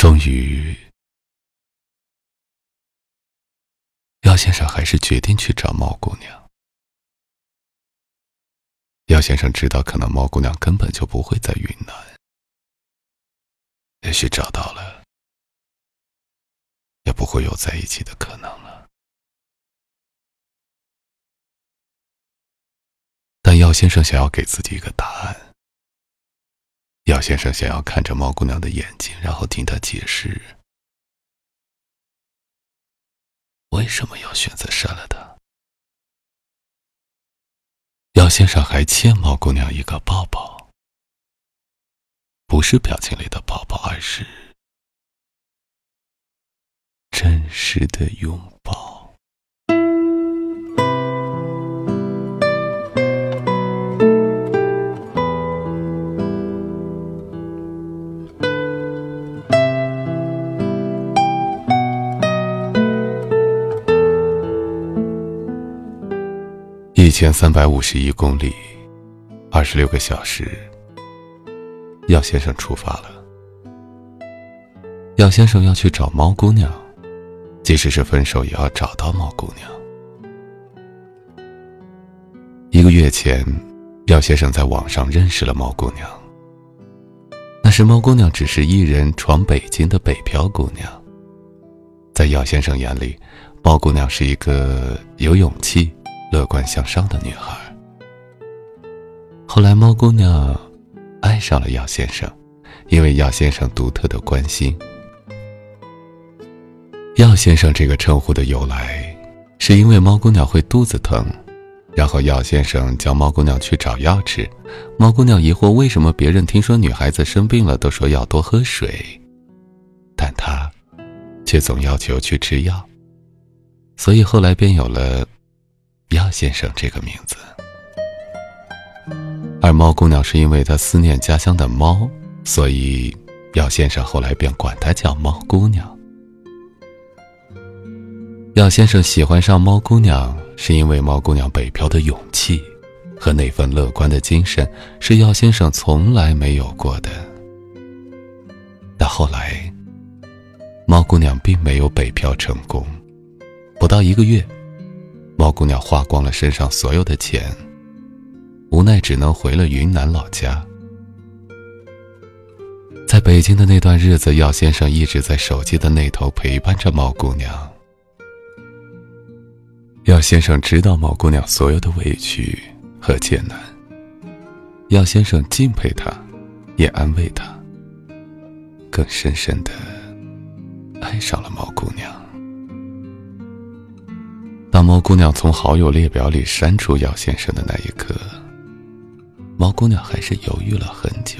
终于，姚先生还是决定去找猫姑娘。姚先生知道，可能猫姑娘根本就不会在云南，也许找到了，也不会有在一起的可能了。但姚先生想要给自己一个答案。姚先生想要看着猫姑娘的眼睛，然后听她解释为什么要选择杀了她。姚先生还欠猫姑娘一个抱抱，不是表情里的抱抱，而是真实的拥抱。1351公里，26个小时，姚先生出发了。姚先生要去找猫姑娘，即使是分手也要找到猫姑娘。1个月前，姚先生在网上认识了猫姑娘。那时猫姑娘只是一人闯北京的北漂姑娘。在姚先生眼里，猫姑娘是一个有勇气、乐观向上的女孩。后来猫姑娘爱上了姚先生，因为姚先生独特的关心。姚先生这个称呼的由来，是因为猫姑娘会肚子疼，然后姚先生叫猫姑娘去找药吃。猫姑娘疑惑为什么别人听说女孩子生病了都说要多喝水，但她却总要求去吃药，所以后来便有了姚先生这个名字。而猫姑娘是因为她思念家乡的猫，所以姚先生后来便管她叫猫姑娘。姚先生喜欢上猫姑娘，是因为猫姑娘北漂的勇气和那份乐观的精神，是姚先生从来没有过的。但后来，猫姑娘并没有北漂成功，不到1个月，猫姑娘花光了身上所有的钱，无奈只能回了云南老家。在北京的那段日子，姚先生一直在手机的那头陪伴着猫姑娘。姚先生知道猫姑娘所有的委屈和艰难，姚先生敬佩她，也安慰她，更深深地爱上了猫姑娘。当猫姑娘从好友列表里删除姚先生的那一刻，猫姑娘还是犹豫了很久。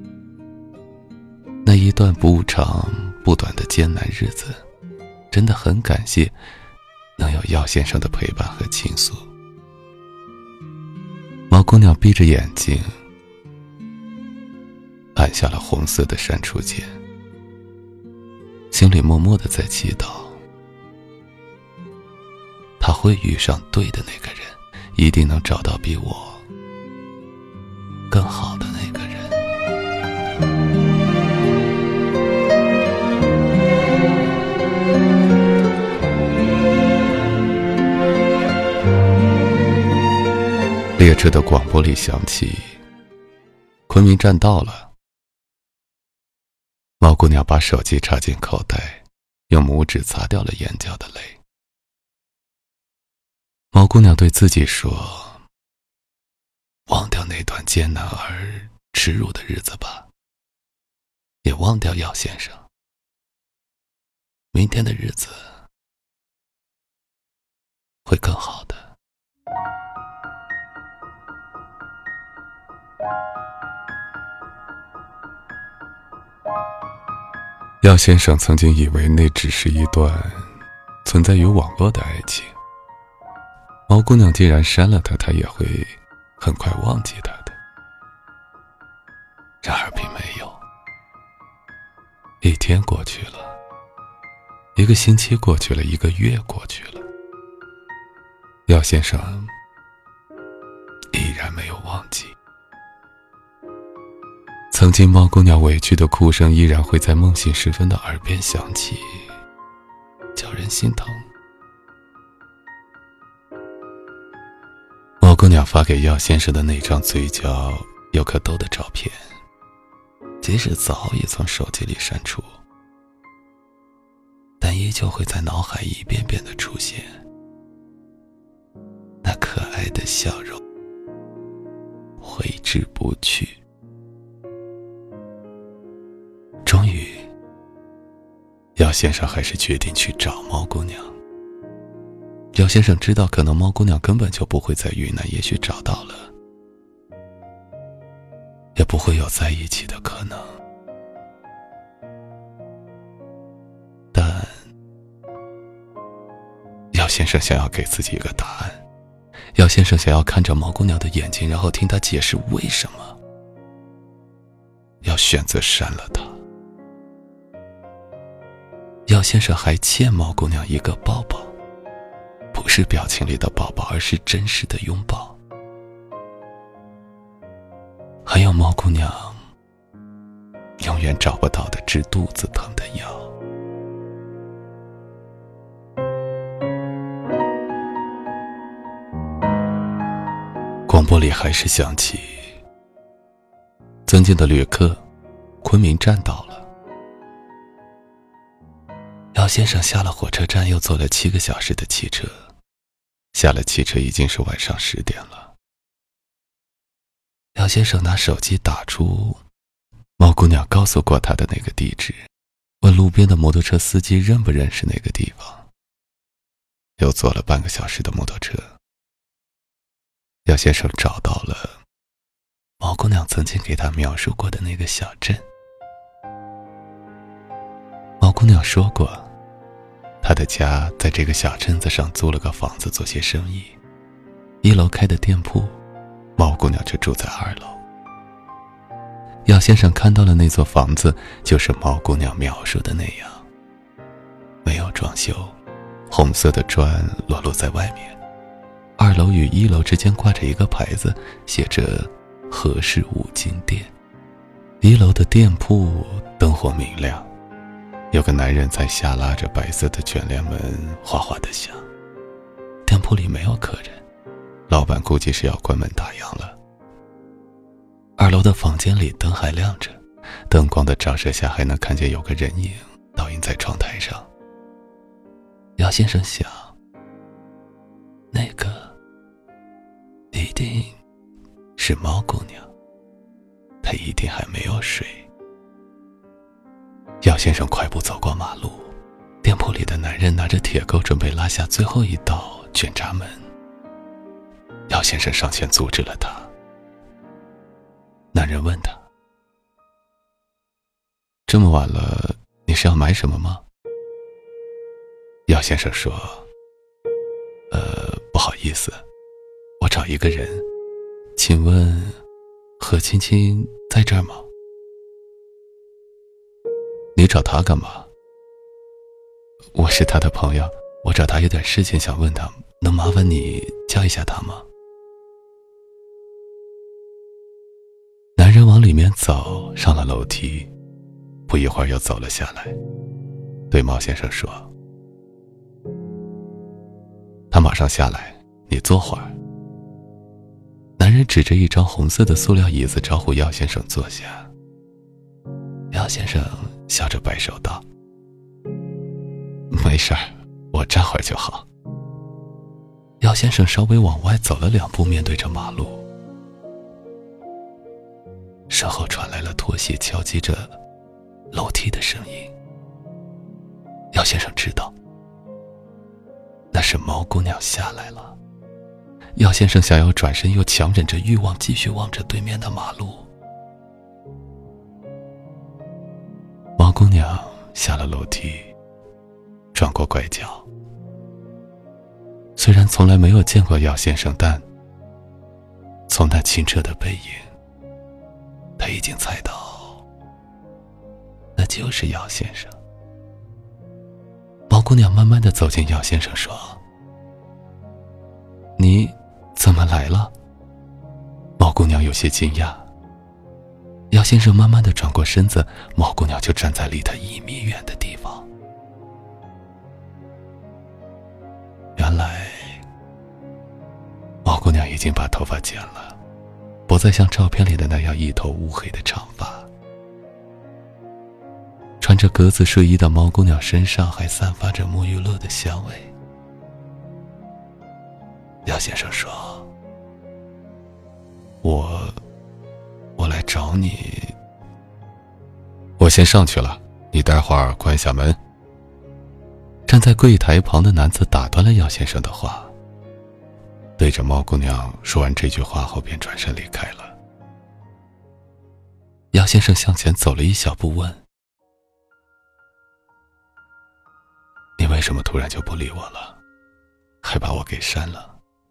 那一段不长不短的艰难日子，真的很感谢能有姚先生的陪伴和倾诉。猫姑娘闭着眼睛，按下了红色的删除键，心里默默地在祈祷，她会遇上对的那个人，一定能找到比我更好的那个人。列车的广播里响起，昆明站到了。猫姑娘把手机插进口袋，用拇指擦掉了眼角的泪。猫姑娘对自己说，忘掉那段艰难而耻辱的日子吧，也忘掉姚先生。明天的日子会更好的。姚先生曾经以为那只是一段存在于网络的爱情，猫姑娘既然删了他，他也会很快忘记他的。然而并没有。1天过去了，1个星期过去了，1个月过去了，姚先生依然没有忘记曾经猫姑娘委屈的哭声依然会在梦醒时分的耳边响起，叫人心疼。猫姑娘发给药先生的那张嘴角有颗痘的照片，即使早已从手机里删除，但依旧会在脑海一遍遍地出现，那可爱的笑容挥之不去。终于，药先生还是决定去找猫姑娘。药先生知道可能猫姑娘根本就不会在云南，也许找到了，也不会有在一起的可能。但药先生想要给自己一个答案，药先生想要看着猫姑娘的眼睛，然后听她解释为什么要选择删了她。药先生还欠猫姑娘一个抱抱，不是表情里的抱抱，而是真实的拥抱。还有猫姑娘永远找不到的治肚子疼的药。广播里还是响起：尊敬的旅客，昆明站到了。姚先生下了火车站，又坐了7个小时的汽车，下了汽车已经是晚上10点了。姚先生拿手机打出猫姑娘告诉过他的那个地址，问路边的摩托车司机认不认识那个地方。又坐了半个小时的摩托车，姚先生找到了猫姑娘曾经给他描述过的那个小镇。猫姑娘说过，她的家在这个小镇子上租了个房子做些生意，1楼开的店铺，猫姑娘就住在2楼。姚先生看到了那座房子，就是猫姑娘描述的那样，没有装修，红色的砖裸露在外面。2楼与1楼之间挂着一个牌子，写着和氏五金店。1楼的店铺灯火明亮，有个男人在下拉着白色的卷帘门，哗哗地响。店铺里没有客人，老板估计是要关门打烊了。2楼的房间里灯还亮着，灯光的照射下还能看见有个人影倒映在窗台上。姚先生想，那个一定是猫姑娘，她一定还没有睡。姚先生快步走过马路，店铺里的男人拿着铁钩准备拉下最后一道卷闸门。姚先生上前阻止了他。男人问他：这么晚了，你是要买什么吗？姚先生说：不好意思，我找一个人，请问何青青在这儿吗？你找他干嘛？我是他的朋友，我找他有点事情想问他，能麻烦你叫一下他吗？男人往里面走，上了楼梯，不一会儿又走了下来，对猫先生说：他马上下来，你坐会儿。男人指着一张红色的塑料椅子招呼姚先生坐下。姚先生笑着摆手道：没事儿，我站会儿就好。姚先生稍微往外走了2步，面对着马路，身后传来了拖鞋敲击着楼梯的声音。姚先生知道那是猫姑娘下来了。姚先生想要转身，又强忍着欲望继续望着对面的马路。猫姑娘下了楼梯，转过拐角。虽然从来没有见过姚先生，但从那清澈的背影，他已经猜到那就是姚先生。猫姑娘慢慢地走进姚先生，说：你怎么来了？猫姑娘有些惊讶。 姚先生慢慢地转过身子，猫姑娘就站在离他1米远的地方。原来猫姑娘已经把头发剪了，不再像照片里的那样一头乌黑的长发。穿着格子睡衣的猫姑娘身上还散发着沐浴露的香味。姚先生说：我来找你。我先上去了，你待会儿关下门。站在柜台旁的男子打断了姚先生的话，对着猫姑娘说完这句话后便转身离开了。姚先生向前走了1小步，问：你为什么突然就不理我了，还把我给删了？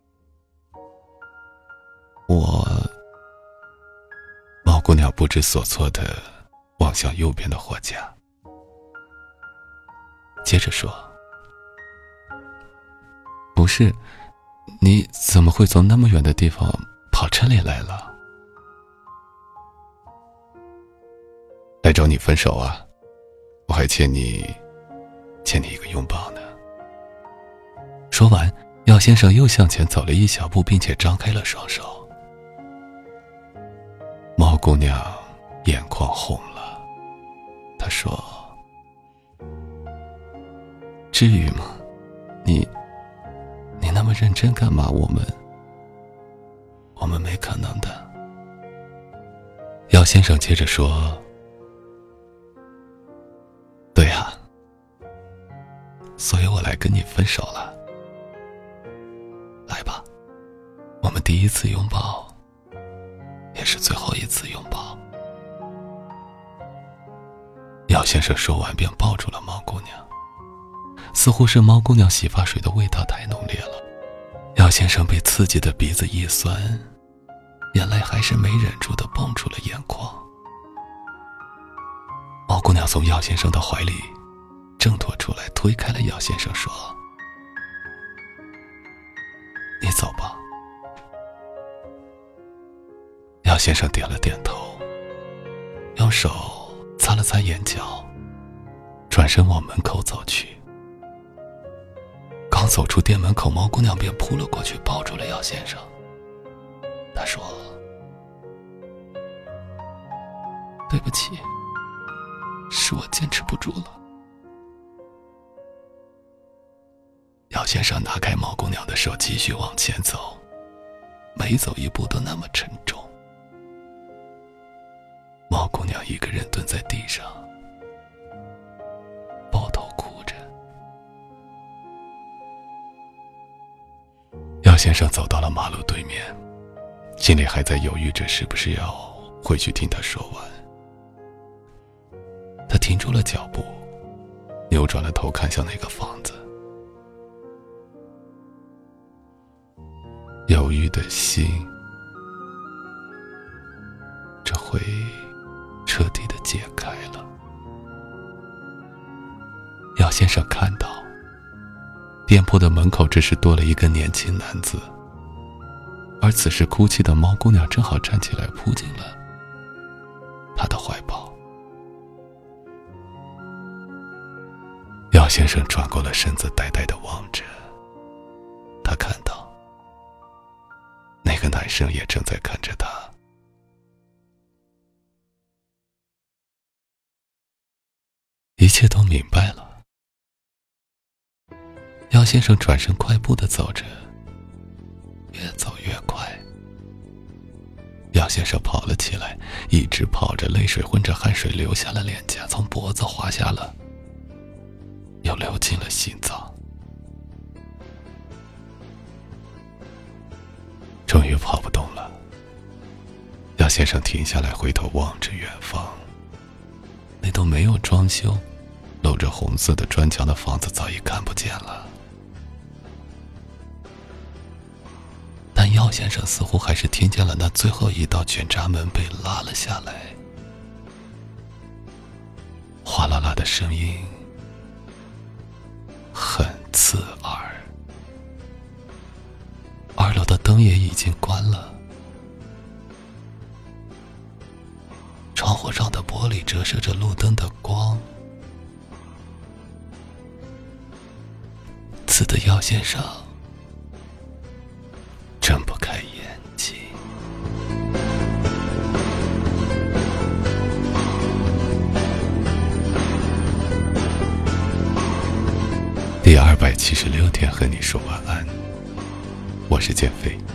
猫姑娘不知所措地望向右边的货架，接着说：不是，你怎么会从那么远的地方跑这里来了？来找你分手啊，我还欠你一个拥抱呢。说完，姚先生又向前走了1小步，并且张开了双手。猫姑娘眼眶红了，她说：至于吗？你那么认真干嘛？我们没可能的。姚先生接着说：对啊，所以我来跟你分手了。来吧，我们第1次拥抱，也是最后1次拥抱。姚先生说完便抱住了猫姑娘，似乎是猫姑娘洗发水的味道太浓烈了，姚先生被刺激的鼻子一酸，眼泪还是没忍住的蹦出了眼眶。猫姑娘从姚先生的怀里挣脱出来，推开了姚先生，说：你走吧。姚先生点了点头，用手擦了擦眼角，转身往门口走去。刚走出店门口，猫姑娘便扑了过去，抱住了姚先生。她说：对不起，是我坚持不住了。姚先生拿开猫姑娘的手，继续往前走，每走一步都那么沉重。猫姑娘一个人蹲在地上，抱头哭着。姚先生走到了马路对面，心里还在犹豫着是不是要回去听他说完。他停住了脚步，扭转了头看向那个房子。犹豫的心，这回彻底的解开了。姚先生看到店铺的门口只是多了一个年轻男子，而此时哭泣的猫姑娘正好站起来扑进了他的怀抱。姚先生转过了身子，呆呆地望着，他看到那个男生也正在看着他。一切都明白了。姚先生转身快步地走着，越走越快。姚先生跑了起来，一直跑着，泪水混着汗水流下了脸颊，从脖子滑下了，又流进了心脏。终于跑不动了，姚先生停下来，回头望着远方。那栋没有装修、露着红色的砖墙的房子早已看不见了，但姚先生似乎还是听见了那最后一道卷闸门被拉了下来，哗啦啦的声音很刺耳。2楼的灯也已经关了， 火上的玻璃折射着路灯的光，刺得药先生睁不开眼睛。第276天和你说晚安，我是建飞。